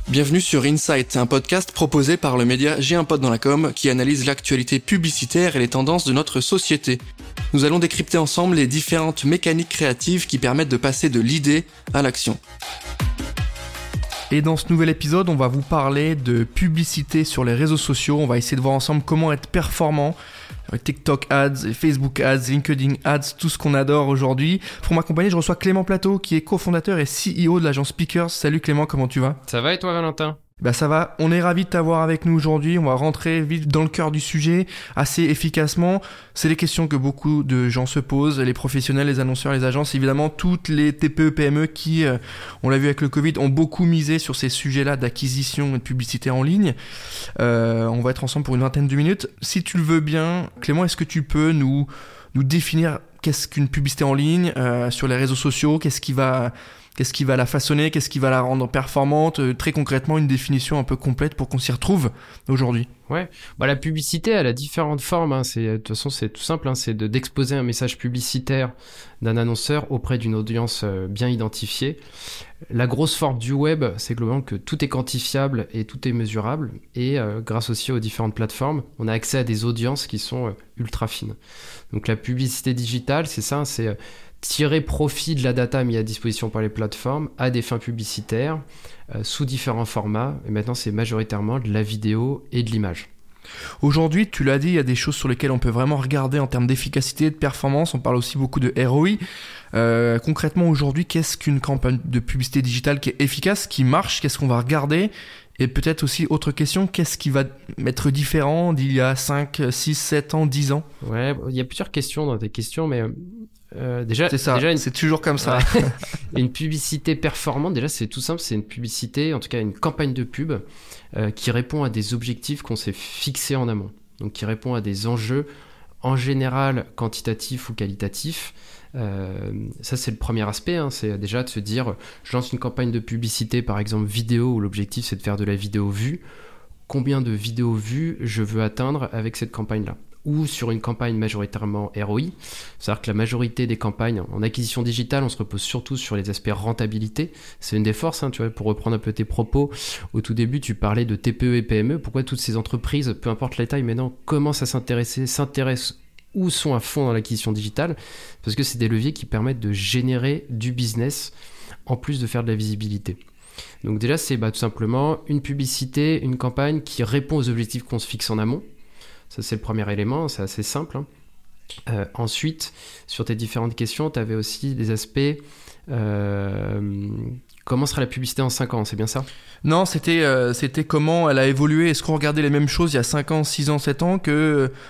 Bienvenue sur Insight, un podcast proposé par le média J'ai un pote dans la com qui analyse l'actualité publicitaire et les tendances de notre société. Nous allons décrypter ensemble les différentes mécaniques créatives qui permettent de passer de l'idée à l'action. Et dans ce nouvel épisode, on va vous parler de publicité sur les réseaux sociaux. On va essayer de voir ensemble comment être performant. TikTok Ads, Facebook Ads, LinkedIn Ads, tout ce qu'on adore aujourd'hui. Pour m'accompagner, je reçois Clément Plateau qui est cofondateur et CEO de l'agence Speakers. Salut Clément, comment tu vas ? Ça va et toi Valentin ? Ça va, on est ravis de t'avoir avec nous aujourd'hui, on va rentrer vite dans le cœur du sujet, assez efficacement. C'est les questions que beaucoup de gens se posent, les professionnels, les annonceurs, les agences, évidemment toutes les TPE, PME qui, on l'a vu avec le Covid, ont beaucoup misé sur ces sujets-là d'acquisition et de publicité en ligne. On va être ensemble pour une vingtaine de minutes. Si tu le veux bien, Clément, est-ce que tu peux nous définir qu'est-ce qu'une publicité en ligne sur les réseaux sociaux, qu'est-ce qui va la façonner, qu'est-ce qui va la rendre performante, très concrètement une définition un peu complète pour qu'on s'y retrouve aujourd'hui. Ouais, la publicité elle a différentes formes, de toute façon c'est tout simple, c'est d'exposer un message publicitaire d'un annonceur auprès d'une audience bien identifiée. La grosse force du web, c'est globalement que tout est quantifiable et tout est mesurable, et grâce aussi aux différentes plateformes, on a accès à des audiences qui sont ultra fines. Donc la publicité digitale, c'est ça, c'est tirer profit de la data mise à disposition par les plateformes à des fins publicitaires sous différents formats. Et maintenant, c'est majoritairement de la vidéo et de l'image. Aujourd'hui, tu l'as dit, il y a des choses sur lesquelles on peut vraiment regarder en termes d'efficacité, de performance. On parle aussi beaucoup de ROI. Concrètement, aujourd'hui, qu'est-ce qu'une campagne de publicité digitale qui est efficace, qui marche ? Qu'est-ce qu'on va regarder ? Et peut-être aussi, autre question, qu'est-ce qui va être différent d'il y a 5, 6, 7 ans, 10 ans ? Ouais, il y a plusieurs questions dans tes questions, mais déjà... C'est ça, c'est toujours comme ça. Une publicité performante, déjà, c'est tout simple, c'est une publicité, en tout cas une campagne de pub, qui répond à des objectifs qu'on s'est fixés en amont. Donc, qui répond à des enjeux, en général, quantitatifs ou qualitatifs. Ça c'est le premier aspect, c'est déjà de se dire je lance une campagne de publicité par exemple vidéo où l'objectif c'est de faire de la vidéo vue, combien de vidéos vues je veux atteindre avec cette campagne là, ou sur une campagne majoritairement ROI, c'est-à-dire que la majorité des campagnes en acquisition digitale on se repose surtout sur les aspects rentabilité, c'est une des forces, tu vois, pour reprendre un peu tes propos, au tout début tu parlais de TPE et PME, pourquoi toutes ces entreprises, peu importe la taille maintenant, commencent à s'intéressent ou sont à fond dans l'acquisition digitale, parce que c'est des leviers qui permettent de générer du business en plus de faire de la visibilité. Donc déjà c'est tout simplement une publicité, une campagne qui répond aux objectifs qu'on se fixe en amont. Ça c'est le premier élément, c'est assez simple. Ensuite, sur tes différentes questions, tu avais aussi des aspects... comment sera la publicité en 5 ans, c'est bien ça ? Non, c'était comment elle a évolué. Est-ce qu'on regardait les mêmes choses il y a 5 ans, 6 ans, 7 ans qu'aujourd'hui ?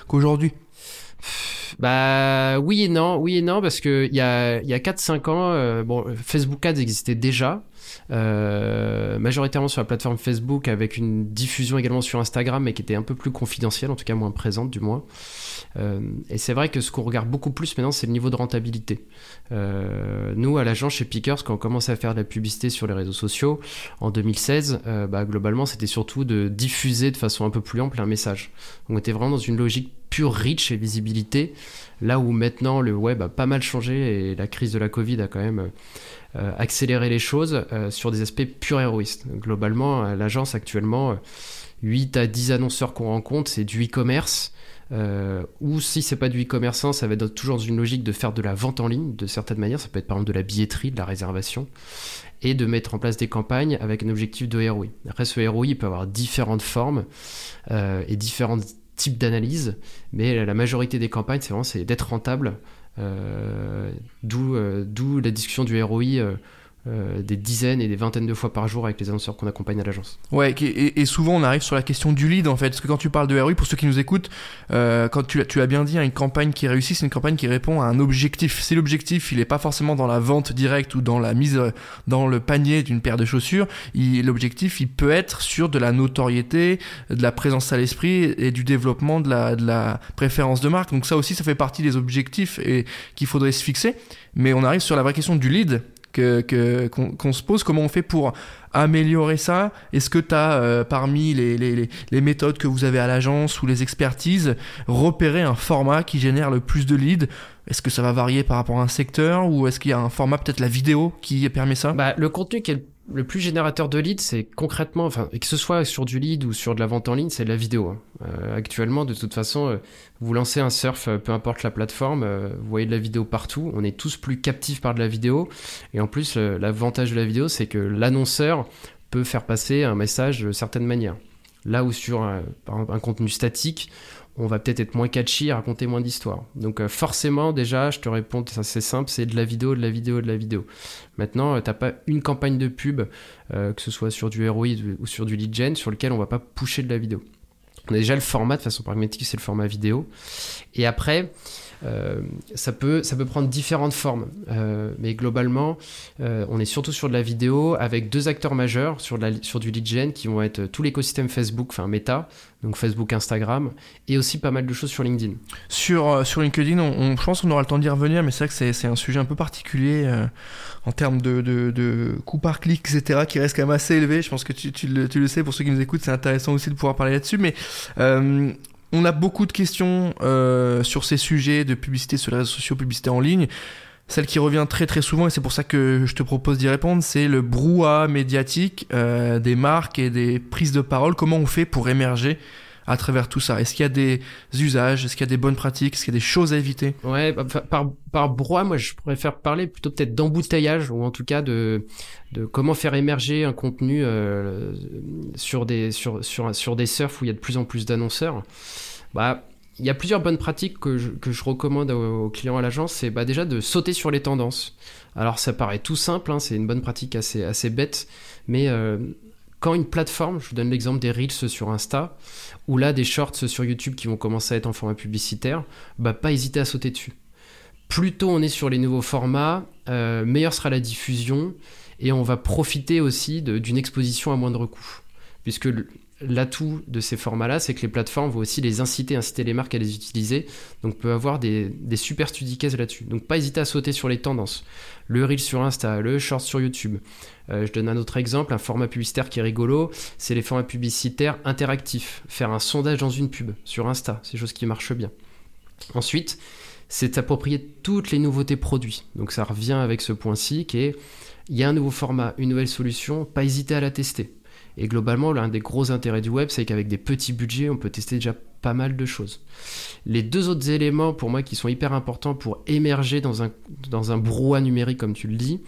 Oui et non, parce que il y a 4-5 ans, Facebook Ads existait déjà, majoritairement sur la plateforme Facebook, avec une diffusion également sur Instagram, mais qui était un peu plus confidentielle, en tout cas moins présente du moins. Et c'est vrai que ce qu'on regarde beaucoup plus maintenant, c'est le niveau de rentabilité. Nous, à l'agence chez Pickers, quand on commençait à faire de la publicité sur les réseaux sociaux, en 2016, globalement, c'était surtout de diffuser de façon un peu plus ample un message. On était vraiment dans une logique pure reach et visibilité, là où maintenant le web a pas mal changé et la crise de la Covid a quand même accéléré les choses sur des aspects purs héroïstes. Globalement, à l'agence actuellement, 8 à 10 annonceurs qu'on rencontre, c'est du e-commerce, ou si c'est pas du e-commerçant, ça va être toujours dans une logique de faire de la vente en ligne de certaines manières, ça peut être par exemple de la billetterie, de la réservation, et de mettre en place des campagnes avec un objectif de ROI. Après, ce ROI il peut avoir différentes formes et différentes type d'analyse, mais la majorité des campagnes, c'est d'être rentable, d'où la discussion du ROI des dizaines et des vingtaines de fois par jour avec les annonceurs qu'on accompagne à l'agence. Ouais, et souvent on arrive sur la question du lead en fait, parce que quand tu parles de ROI, pour ceux qui nous écoutent, quand tu l'as bien dit, une campagne qui réussit, c'est une campagne qui répond à un objectif. Si l'objectif il est pas forcément dans la vente directe ou dans la mise dans le panier d'une paire de chaussures, l'objectif il peut être sur de la notoriété, de la présence à l'esprit et du développement de la préférence de marque. Donc ça aussi, ça fait partie des objectifs et qu'il faudrait se fixer. Mais on arrive sur la vraie question du lead. Qu'on se pose, comment on fait pour améliorer ça ? Est-ce que tu as, parmi les méthodes que vous avez à l'agence ou les expertises, repéré un format qui génère le plus de leads ? Est-ce que ça va varier par rapport à un secteur ou est-ce qu'il y a un format, peut-être la vidéo, qui permet ça ? Le contenu qui est le plus générateur de leads, c'est concrètement, enfin, que ce soit sur du lead ou sur de la vente en ligne, c'est de la vidéo. Actuellement, de toute façon, vous lancez un surf, peu importe la plateforme, vous voyez de la vidéo partout. On est tous plus captifs par de la vidéo. Et en plus, l'avantage de la vidéo, c'est que l'annonceur peut faire passer un message de certaines manières. Là où sur par exemple, un contenu statique, on va peut-être être moins catchy et raconter moins d'histoires. Donc forcément, déjà, je te réponds, c'est simple, c'est de la vidéo, de la vidéo, de la vidéo. Maintenant, t'as pas une campagne de pub, que ce soit sur du ROI ou sur du lead gen, sur lequel on va pas pusher de la vidéo. On a déjà le format, de façon pragmatique, c'est le format vidéo. Et après, ça peut prendre différentes formes. Mais globalement, on est surtout sur de la vidéo avec 2 acteurs majeurs sur du lead gen qui vont être tout l'écosystème Facebook, enfin Meta, donc Facebook, Instagram, et aussi pas mal de choses sur LinkedIn. Sur LinkedIn, je pense qu'on aura le temps d'y revenir, mais c'est vrai que c'est un sujet un peu particulier en termes de coût par clic, etc., qui reste quand même assez élevé. Je pense que tu le sais, pour ceux qui nous écoutent, c'est intéressant aussi de pouvoir parler là-dessus, mais on a beaucoup de questions sur ces sujets de publicité sur les réseaux sociaux, publicité en ligne. Celle qui revient très très souvent, et c'est pour ça que je te propose d'y répondre, c'est le brouhaha médiatique des marques et des prises de parole. Comment on fait pour émerger à travers tout ça? Est-ce qu'il y a des usages? Est-ce qu'il y a des bonnes pratiques? Est-ce qu'il y a des choses à éviter? Ouais, par brouhaha, moi je préfère parler plutôt peut-être d'embouteillage, ou en tout cas de comment faire émerger un contenu sur des surfs où il y a de plus en plus d'annonceurs. Il y a plusieurs bonnes pratiques que je recommande aux clients à l'agence. C'est déjà de sauter sur les tendances. Alors ça paraît tout simple, c'est une bonne pratique assez bête, mais quand une plateforme, je vous donne l'exemple des Reels sur Insta, ou là des Shorts sur YouTube qui vont commencer à être en format publicitaire, pas hésiter à sauter dessus. Plus tôt on est sur les nouveaux formats, meilleure sera la diffusion, et on va profiter aussi d'une exposition à moindre coût. Puisque l'atout de ces formats-là, c'est que les plateformes vont aussi inciter les marques à les utiliser. Donc, on peut avoir des super study cases là-dessus. Donc, pas hésiter à sauter sur les tendances. Le Reel sur Insta, le Short sur YouTube. Je donne un autre exemple, un format publicitaire qui est rigolo, c'est les formats publicitaires interactifs. Faire un sondage dans une pub sur Insta, c'est des choses qui marchent bien. Ensuite, c'est de s'approprier toutes les nouveautés produits. Donc, ça revient avec ce point-ci qui est, il y a un nouveau format, une nouvelle solution, pas hésiter à la tester. Et globalement, l'un des gros intérêts du web, c'est qu'avec des petits budgets, on peut tester déjà pas mal de choses. Les 2 autres éléments, pour moi, qui sont hyper importants pour émerger dans un brouhaha numérique, comme tu le dis,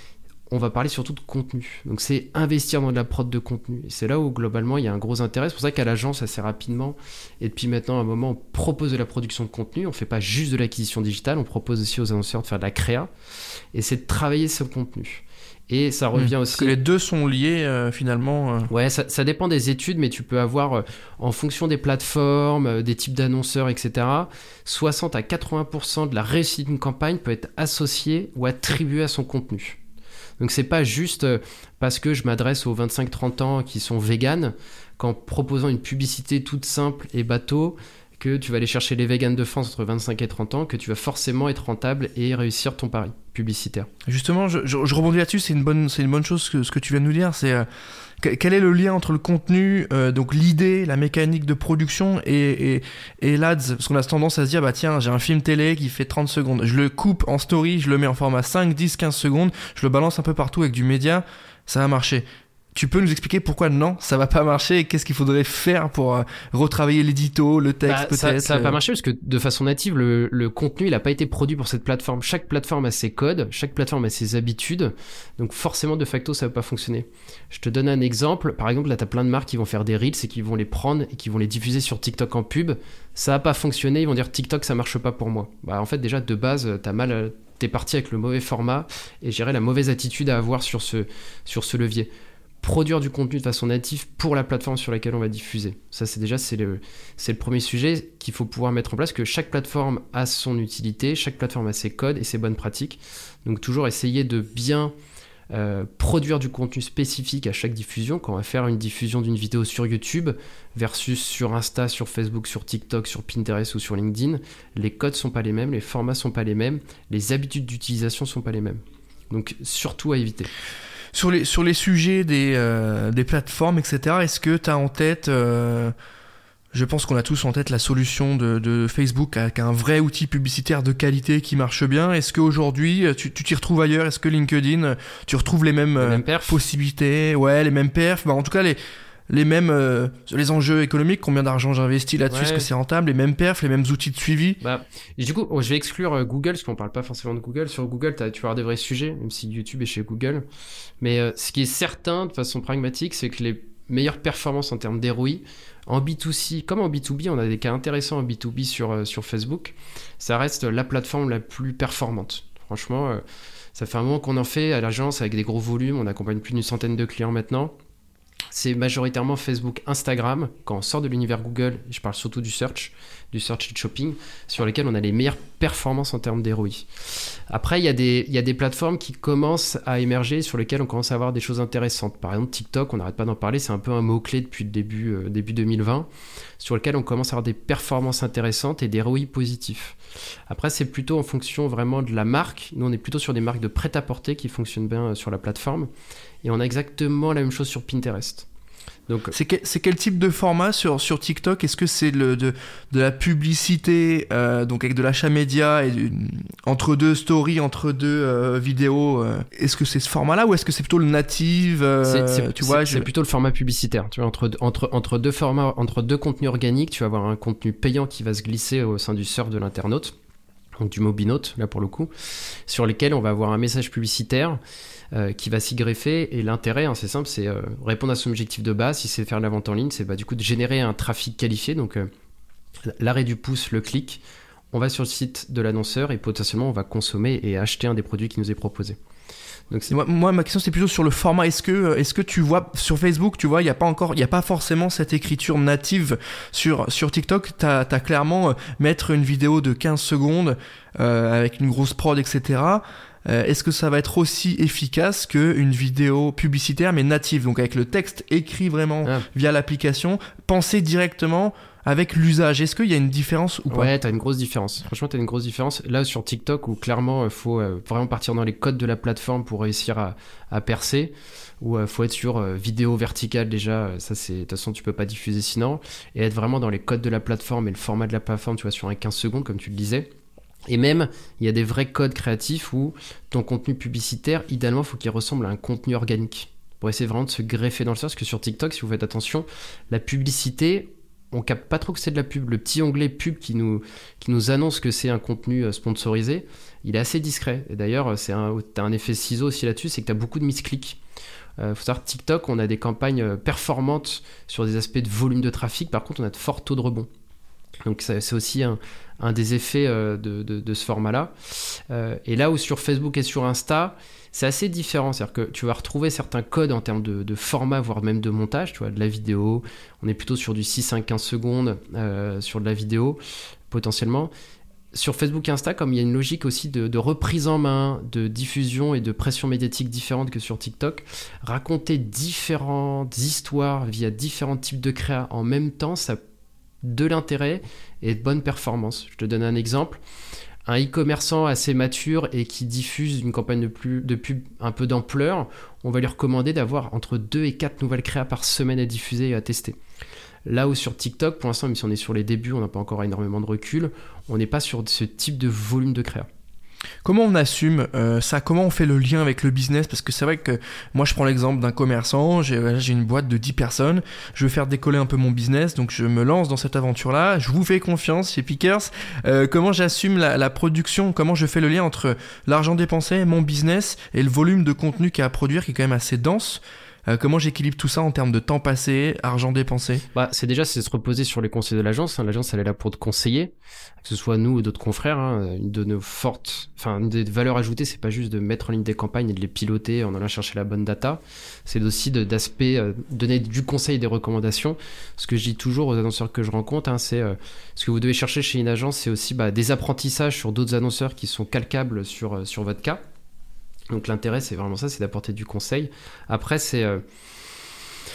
on va parler surtout de contenu. Donc, c'est investir dans de la prod de contenu. Et c'est là où, globalement, il y a un gros intérêt. C'est pour ça qu'à l'agence, assez rapidement, et depuis maintenant un moment, on propose de la production de contenu. On ne fait pas juste de l'acquisition digitale, on propose aussi aux annonceurs de faire de la créa. Et c'est de travailler ce contenu. Et ça revient aussi... Parce que les deux sont liés finalement. Ouais, ça dépend des études, mais tu peux avoir, en fonction des plateformes, des types d'annonceurs, etc., 60 à 80% de la réussite d'une campagne peut être associée ou attribuée à son contenu. Donc c'est pas juste parce que je m'adresse aux 25-30 ans qui sont véganes, qu'en proposant une publicité toute simple et bateau, que tu vas aller chercher les véganes de France entre 25 et 30 ans, que tu vas forcément être rentable et réussir ton pari publicitaire. Justement, je rebondis là-dessus, c'est une bonne chose ce que tu viens de nous dire, c'est quel est le lien entre le contenu, donc l'idée, la mécanique de production et l'ADS, parce qu'on a tendance à se dire, tiens, j'ai un film télé qui fait 30 secondes, je le coupe en story, je le mets en format 5, 10, 15 secondes, je le balance un peu partout avec du média, ça va marcher. Tu peux nous expliquer pourquoi non, ça va pas marcher et qu'est-ce qu'il faudrait faire pour retravailler l'édito, le texte peut-être? Ça va pas marcher parce que de façon native, le contenu, il a pas été produit pour cette plateforme. Chaque plateforme a ses codes, chaque plateforme a ses habitudes. Donc forcément, de facto, ça va pas fonctionner. Je te donne un exemple. Par exemple, là, t'as plein de marques qui vont faire des reels et qui vont les prendre et qui vont les diffuser sur TikTok en pub. Ça va pas fonctionner. Ils vont dire TikTok, ça marche pas pour moi. En fait, déjà, de base, t'es parti avec le mauvais format et la mauvaise attitude à avoir sur ce levier. Produire du contenu de façon native pour la plateforme sur laquelle on va diffuser. Ça, c'est le premier sujet qu'il faut pouvoir mettre en place, que chaque plateforme a son utilité, chaque plateforme a ses codes et ses bonnes pratiques. Donc, toujours essayer de bien produire du contenu spécifique à chaque diffusion. Quand on va faire une diffusion d'une vidéo sur YouTube versus sur Insta, sur Facebook, sur TikTok, sur Pinterest ou sur LinkedIn, les codes sont pas les mêmes, les formats sont pas les mêmes, les habitudes d'utilisation sont pas les mêmes. Donc, surtout à éviter. Sur les sujets des plateformes, etc., est-ce que tu as en tête Je pense qu'on a tous en tête la solution de Facebook avec un vrai outil publicitaire de qualité qui marche bien. Est-ce qu'aujourd'hui, tu t'y retrouves ailleurs? Est-ce que LinkedIn, tu retrouves les mêmes possibilités? Ouais, les mêmes perfs. En tout cas, les mêmes les enjeux économiques, combien d'argent j'investis là-dessus, est-ce que c'est rentable, les mêmes perfs, les mêmes outils de suivi. Et du coup, je vais exclure Google, parce qu'on parle pas forcément de Google. Sur Google, tu vas avoir des vrais sujets, même si YouTube est chez Google. Mais ce qui est certain, de façon pragmatique, c'est que les meilleures performances en termes d'ROI, en B2C comme en B2B, on a des cas intéressants en B2B sur Facebook, ça reste la plateforme la plus performante. Franchement, ça fait un moment qu'on en fait à l'agence avec des gros volumes, on accompagne plus d'une centaine de clients maintenant. C'est majoritairement Facebook, Instagram, quand on sort de l'univers Google, je parle surtout du search et shopping, sur lesquels on a les meilleures performances en termes d'ROI. Après, il y a des plateformes qui commencent à émerger, sur lesquelles on commence à avoir des choses intéressantes. Par exemple, TikTok, on n'arrête pas d'en parler, c'est un peu un mot-clé depuis le début 2020, sur lequel on commence à avoir des performances intéressantes et des ROI positifs. Après, c'est plutôt en fonction vraiment de la marque. Nous, on est plutôt sur des marques de prêt-à-porter qui fonctionnent bien sur la plateforme. Et on a exactement la même chose sur Pinterest. Donc, c'est quel type de format sur TikTok? Est-ce que c'est de la publicité, donc avec de l'achat média et entre deux stories, entre deux vidéos? Est-ce que c'est ce format-là ou est-ce que c'est plutôt le native? C'est plutôt le format publicitaire. Tu vois, entre deux formats, entre deux contenus organiques, tu vas avoir un contenu payant qui va se glisser au sein du surf de l'internaute, donc du mobinaute là pour le coup, sur lesquels on va avoir un message publicitaire qui va s'y greffer. Et l'intérêt, c'est simple, c'est répondre à son objectif de base. Si c'est faire de la vente en ligne, c'est du coup de générer un trafic qualifié, donc l'arrêt du pouce, le clic, on va sur le site de l'annonceur et potentiellement on va consommer et acheter un des produits qui nous est proposé. Donc moi, ma question c'est plutôt sur le format. Est-ce que tu vois sur Facebook, tu vois, il y a pas forcément cette écriture native sur TikTok. T'as clairement mettre une vidéo de 15 secondes avec une grosse prod, etc. Est-ce que ça va être aussi efficace qu'une vidéo publicitaire mais native, donc avec le texte écrit vraiment via l'application, pensé directement avec l'usage? Est-ce qu'il y a une différence ou pas? Ouais, t'as une grosse différence. Franchement, t'as une grosse différence. Là, sur TikTok, où clairement, il faut vraiment partir dans les codes de la plateforme pour réussir à percer, où il faut être sur vidéo verticale déjà. Ça, de toute façon, tu peux pas diffuser sinon. Et être vraiment dans les codes de la plateforme et le format de la plateforme, tu vois, sur un 15 secondes, comme tu le disais. Et même, il y a des vrais codes créatifs où ton contenu publicitaire, idéalement, il faut qu'il ressemble à un contenu organique pour essayer vraiment de se greffer dans le sens. Parce que sur TikTok, si vous faites attention, la publicité, on capte pas trop que c'est de la pub. Le petit onglet pub qui nous annonce que c'est un contenu sponsorisé, il est assez discret. Et d'ailleurs, t'as un effet ciseau aussi là-dessus, c'est que t'as beaucoup de misclics. Faut savoir, TikTok, on a des campagnes performantes sur des aspects de volume de trafic. Par contre, on a de forts taux de rebond. Donc c'est aussi un des effets de ce format-là. Et là où sur Facebook et sur Insta, c'est assez différent. C'est-à-dire que tu vas retrouver certains codes en termes de format, voire même de montage, tu vois, de la vidéo. On est plutôt sur du 6 à 15 secondes sur de la vidéo, potentiellement. Sur Facebook et Insta, comme il y a une logique aussi de reprise en main, de diffusion et de pression médiatique différente que sur TikTok, raconter différentes histoires via différents types de créas en même temps, ça de l'intérêt et de bonnes performances. Je te donne un exemple. Un e-commerçant assez mature et qui diffuse une campagne de pub un peu d'ampleur, on va lui recommander d'avoir entre 2 et 4 nouvelles créas par semaine à diffuser et à tester. Là où sur TikTok, pour l'instant, même si on est sur les débuts, on n'a pas encore énormément de recul, on n'est pas sur ce type de volume de créa. Comment on assume ça? Comment on fait le lien avec le business? Parce que c'est vrai que moi je prends l'exemple d'un commerçant, j'ai une boîte de 10 personnes, je veux faire décoller un peu mon business, donc je me lance dans cette aventure-là, je vous fais confiance chez Pickers. Comment j'assume la production? Comment je fais le lien entre l'argent dépensé, mon business et le volume de contenu qu'il y a à produire qui est quand même assez dense? Comment j'équilibre tout ça en termes de temps passé, argent dépensé? C'est se reposer sur les conseils de l'agence. L'agence, elle est là pour te conseiller, que ce soit nous ou d'autres confrères. Une de nos une des valeurs ajoutées, c'est pas juste de mettre en ligne des campagnes et de les piloter en allant chercher la bonne data. C'est aussi d'aspect donner du conseil et des recommandations. Ce que je dis toujours aux annonceurs que je rencontre, c'est ce que vous devez chercher chez une agence, c'est aussi des apprentissages sur d'autres annonceurs qui sont calcables sur votre cas. Donc l'intérêt, c'est vraiment ça, c'est d'apporter du conseil. Après,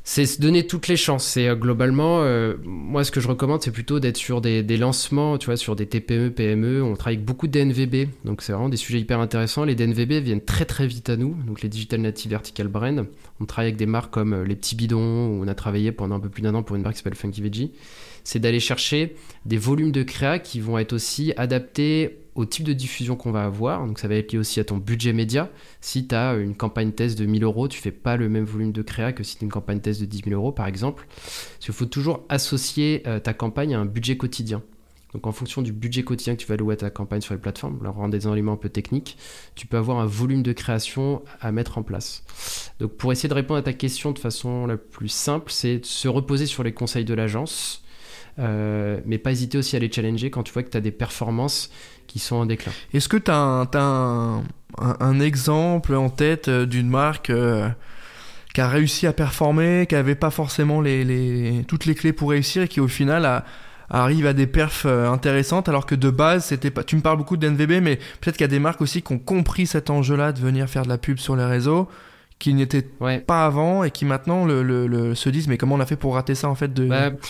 C'est se donner toutes les chances. C'est globalement, moi ce que je recommande, c'est plutôt d'être sur des lancements, tu vois, sur des TPE, PME. On travaille avec beaucoup de DNVB, donc c'est vraiment des sujets hyper intéressants. Les DNVB viennent très très vite à nous, donc les Digital Native Vertical Brand. On travaille avec des marques comme les Petits Bidons, où on a travaillé pendant un peu plus d'un an pour une marque qui s'appelle Funky Veggie. C'est d'aller chercher des volumes de créa qui vont être aussi adaptés au type de diffusion qu'on va avoir. Donc ça va être lié aussi à ton budget média. Si tu as une campagne test de 1000 euros, tu fais pas le même volume de créa que si tu as une campagne test de 10 000 euros par exemple. Parce qu'il faut toujours associer ta campagne à un budget quotidien. Donc en fonction du budget quotidien que tu vas allouer à ta campagne sur les plateformes, leur rendre des éléments un peu techniques, tu peux avoir un volume de création à mettre en place. Donc pour essayer de répondre à ta question de façon la plus simple, c'est de se reposer sur les conseils de l'agence, mais pas hésiter aussi à les challenger quand tu vois que tu as des performances qui sont en déclin. Est-ce que tu as un exemple en tête d'une marque qui a réussi à performer, qui n'avait pas forcément toutes les clés pour réussir et qui au final arrive à des perfs intéressantes alors que de base c'était pas... Tu me parles beaucoup de NVB, mais peut-être qu'il y a des marques aussi qui ont compris cet enjeu-là de venir faire de la pub sur les réseaux, qui n'étaient pas avant et qui maintenant se disent mais comment on a fait pour rater ça en fait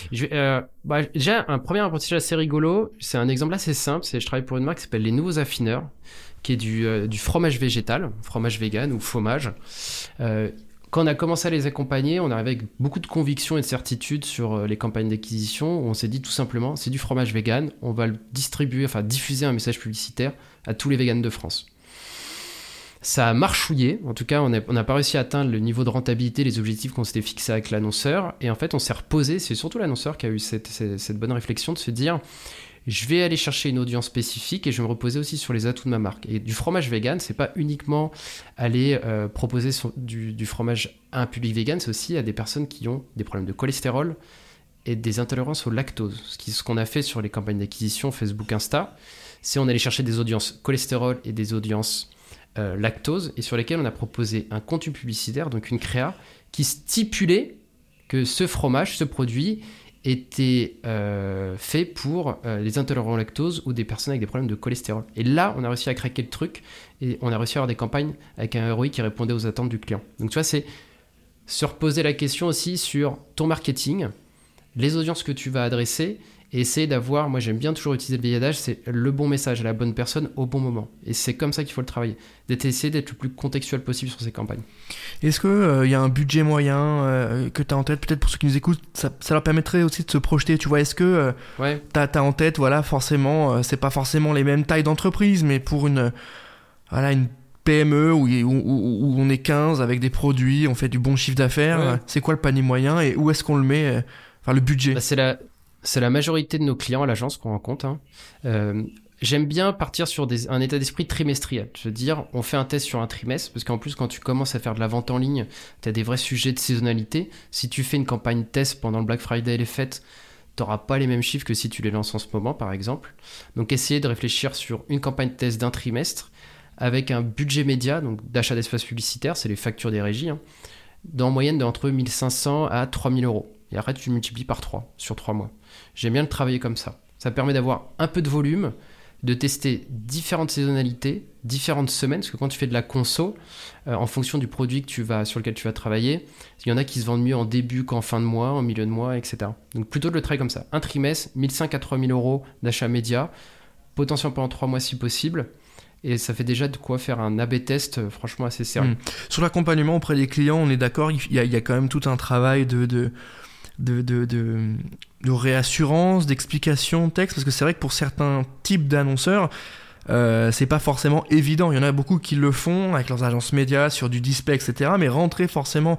déjà un premier apprentissage assez rigolo, c'est un exemple assez simple, je travaille pour une marque qui s'appelle Les Nouveaux Affineurs, qui est du fromage végétal, fromage vegan ou fromage. Quand on a commencé à les accompagner, on arrivait avec beaucoup de conviction et de certitude sur les campagnes d'acquisition, où on s'est dit tout simplement, c'est du fromage vegan, on va le diffuser un message publicitaire à tous les véganes de France. Ça a marchouillé, en tout cas on n'a pas réussi à atteindre le niveau de rentabilité, les objectifs qu'on s'était fixés avec l'annonceur, et en fait on s'est reposé, c'est surtout l'annonceur qui a eu cette bonne réflexion de se dire je vais aller chercher une audience spécifique et je vais me reposer aussi sur les atouts de ma marque. Et du fromage vegan, c'est pas uniquement aller proposer du fromage à un public vegan, c'est aussi à des personnes qui ont des problèmes de cholestérol et des intolérances au lactose. Ce qu'on a fait sur les campagnes d'acquisition Facebook, Insta, c'est on allait chercher des audiences cholestérol et des audiences lactose, et sur lesquelles on a proposé un contenu publicitaire, donc une créa, qui stipulait que ce fromage, ce produit, était fait pour les intolérants au lactose ou des personnes avec des problèmes de cholestérol. Et là, on a réussi à craquer le truc et on a réussi à avoir des campagnes avec un ROI qui répondait aux attentes du client. Donc tu vois, c'est se reposer la question aussi sur ton marketing, les audiences que tu vas adresser et essayer d'avoir, moi j'aime bien toujours utiliser le vieil adage, c'est le bon message à la bonne personne au bon moment. Et c'est comme ça qu'il faut le travailler, essayer d'être le plus contextuel possible sur ces campagnes. Est-ce qu'il y a un budget moyen que tu as en tête, peut-être pour ceux qui nous écoutent, ça leur permettrait aussi de se projeter, tu vois, est-ce que tu as en tête, voilà, forcément, c'est pas forcément les mêmes tailles d'entreprise, mais pour une PME où on est 15 avec des produits, on fait du bon chiffre d'affaires, c'est quoi le panier moyen et où est-ce qu'on le met, le budget? C'est la majorité de nos clients à l'agence qu'on rencontre. J'aime bien partir sur un état d'esprit trimestriel. Je veux dire, on fait un test sur un trimestre, parce qu'en plus, quand tu commences à faire de la vente en ligne, tu as des vrais sujets de saisonnalité. Si tu fais une campagne test pendant le Black Friday et les fêtes, tu n'auras pas les mêmes chiffres que si tu les lances en ce moment, par exemple. Donc, essayer de réfléchir sur une campagne test d'un trimestre avec un budget média, donc d'achat d'espace publicitaire, c'est les factures des régies, en moyenne d'entre 1500 à 3000 euros. Et après, tu multiplies par 3 sur 3 mois. J'aime bien le travailler comme ça. Ça permet d'avoir un peu de volume, de tester différentes saisonnalités, différentes semaines, parce que quand tu fais de la conso, en fonction du produit sur lequel tu vas travailler, il y en a qui se vendent mieux en début qu'en fin de mois, en milieu de mois, etc. Donc plutôt de le travailler comme ça. Un trimestre, 1500 à 3000 euros d'achat média, potentiellement pendant 3 mois si possible. Et ça fait déjà de quoi faire un A/B test franchement assez sérieux. Sur l'accompagnement auprès des clients, on est d'accord, il y a quand même tout un travail de réassurance, d'explication de texte, parce que c'est vrai que pour certains types d'annonceurs, c'est pas forcément évident. Il y en a beaucoup qui le font avec leurs agences médias sur du display, etc. Mais rentrer forcément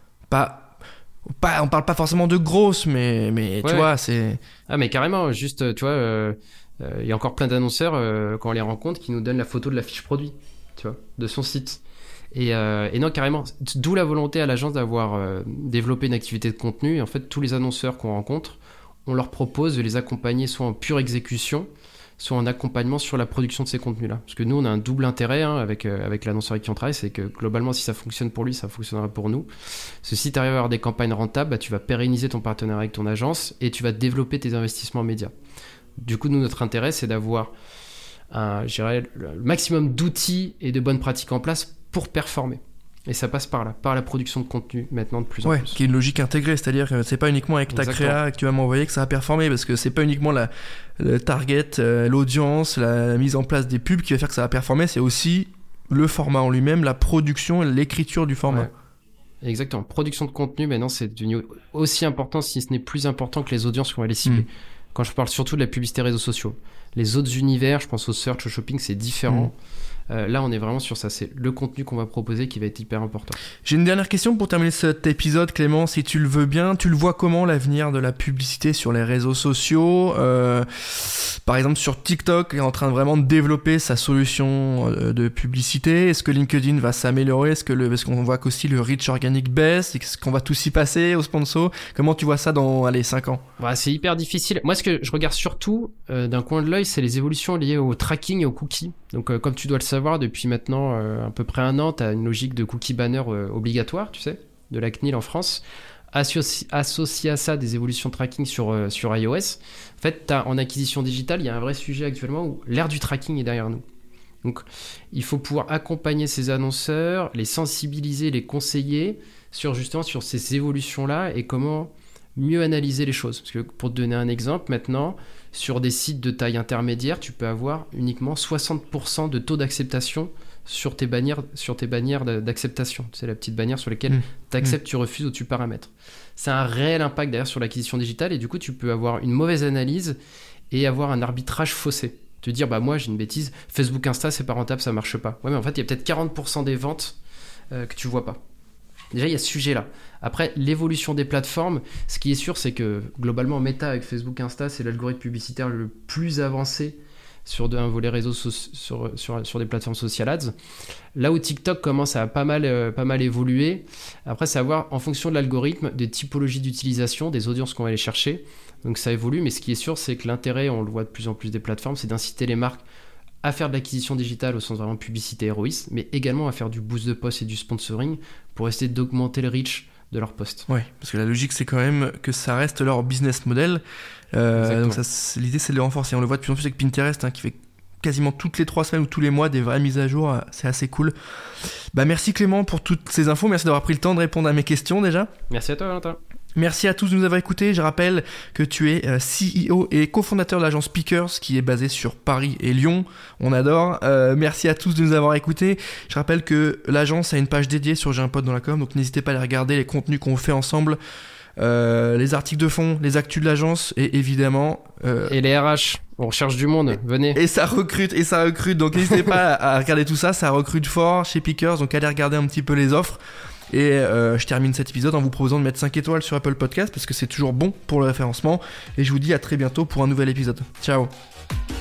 on parle pas forcément de grosses, mais tu vois, c'est... Ah mais carrément, juste, tu vois... il y a encore plein d'annonceurs quand on les rencontre qui nous donnent la photo de la fiche produit, tu vois, de son site. Et non, carrément, d'où la volonté à l'agence d'avoir développé une activité de contenu. Et en fait, tous les annonceurs qu'on rencontre, on leur propose de les accompagner soit en pure exécution, soit en accompagnement sur la production de ces contenus-là. Parce que nous, on a un double intérêt avec l'annonceur avec qui on travaille, c'est que globalement, si ça fonctionne pour lui, ça fonctionnera pour nous. Parce que si tu arrives à avoir des campagnes rentables, tu vas pérenniser ton partenariat avec ton agence et tu vas développer tes investissements médias. Du coup, nous, notre intérêt, c'est d'avoir le maximum d'outils et de bonnes pratiques en place pour performer. Et ça passe par là, par la production de contenu maintenant de plus en plus. Qui est une logique intégrée, c'est-à-dire que c'est pas uniquement avec ta créa que tu vas m'envoyer que ça va performer, parce que c'est pas uniquement le target, l'audience, la mise en place des pubs qui va faire que ça va performer, c'est aussi le format en lui-même, la production et l'écriture du format. Ouais. Exactement. Production de contenu, maintenant, c'est devenu aussi important, si ce n'est plus important que les audiences qu'on va les cibler. Quand je parle surtout de la publicité réseaux sociaux. Les autres univers, je pense au search, au shopping, c'est différent. Là, on est vraiment sur ça. C'est le contenu qu'on va proposer qui va être hyper important. J'ai une dernière question pour terminer cet épisode, Clément, si tu le veux bien. Tu le vois comment, l'avenir de la publicité sur les réseaux sociaux ? Par exemple, sur TikTok, est en train de vraiment développer sa solution de publicité. Est-ce que LinkedIn va s'améliorer ? Parce qu'on voit qu'aussi le reach organique baisse. Est-ce qu'on va tous y passer aux sponsors ? Comment tu vois ça dans 5 ans ? C'est hyper difficile. Moi, ce que je regarde surtout d'un coin de l'œil, c'est les évolutions liées au tracking et aux cookies. Donc, comme tu dois le savoir, depuis maintenant à peu près 1 an, tu as une logique de cookie banner obligatoire, tu sais, de la CNIL en France. Associé à ça des évolutions de tracking sur iOS. En fait, en acquisition digitale, il y a un vrai sujet actuellement où l'ère du tracking est derrière nous. Donc, il faut pouvoir accompagner ces annonceurs, les sensibiliser, les conseiller sur ces évolutions-là et comment mieux analyser les choses. Parce que pour te donner un exemple, maintenant, sur des sites de taille intermédiaire, tu peux avoir uniquement 60% de taux d'acceptation sur tes bannières d'acceptation. C'est la petite bannière sur laquelle tu acceptes, tu refuses ou tu paramètres. C'est un réel impact derrière sur l'acquisition digitale et du coup, tu peux avoir une mauvaise analyse et avoir un arbitrage faussé. Te dire, moi j'ai une bêtise, Facebook Insta c'est pas rentable, ça marche pas. Ouais, mais en fait, il y a peut-être 40% des ventes que tu vois pas. Déjà, il y a ce sujet-là. Après, l'évolution des plateformes, ce qui est sûr, c'est que globalement, Meta avec Facebook Insta, c'est l'algorithme publicitaire le plus avancé sur un volet réseau sur des plateformes social ads. Là où TikTok commence à pas mal évoluer, après, c'est à voir en fonction de l'algorithme, des typologies d'utilisation, des audiences qu'on va aller chercher. Donc ça évolue, mais ce qui est sûr, c'est que l'intérêt, on le voit de plus en plus des plateformes, c'est d'inciter les marques à faire de l'acquisition digitale au sens vraiment publicité ROIs, mais également à faire du boost de post et du sponsoring pour essayer d'augmenter le reach de leur post. Ouais, parce que la logique c'est quand même que ça reste leur business model. Donc l'idée c'est de le renforcer. On le voit de plus en plus avec Pinterest qui fait quasiment toutes les 3 semaines ou tous les mois des vraies mises à jour. C'est assez cool. Merci Clément pour toutes ces infos. Merci d'avoir pris le temps de répondre à mes questions déjà. Merci à toi Valentin. Merci à tous de nous avoir écoutés. Je rappelle que tu es CEO et cofondateur de l'agence Speakers qui est basée sur Paris et Lyon. On adore. Merci à tous de nous avoir écoutés. Je rappelle que l'agence a une page dédiée sur J'ai un pote dans la com, donc n'hésitez pas à aller regarder les contenus qu'on fait ensemble, les articles de fond, les actus de l'agence et évidemment... Et les RH, on recherche du monde, venez. Et ça recrute, donc n'hésitez pas à regarder tout ça, ça recrute fort chez Speakers, donc allez regarder un petit peu les offres. Et je termine cet épisode en vous proposant de mettre 5 étoiles sur Apple Podcast parce que c'est toujours bon pour le référencement. Et je vous dis à très bientôt pour un nouvel épisode. Ciao.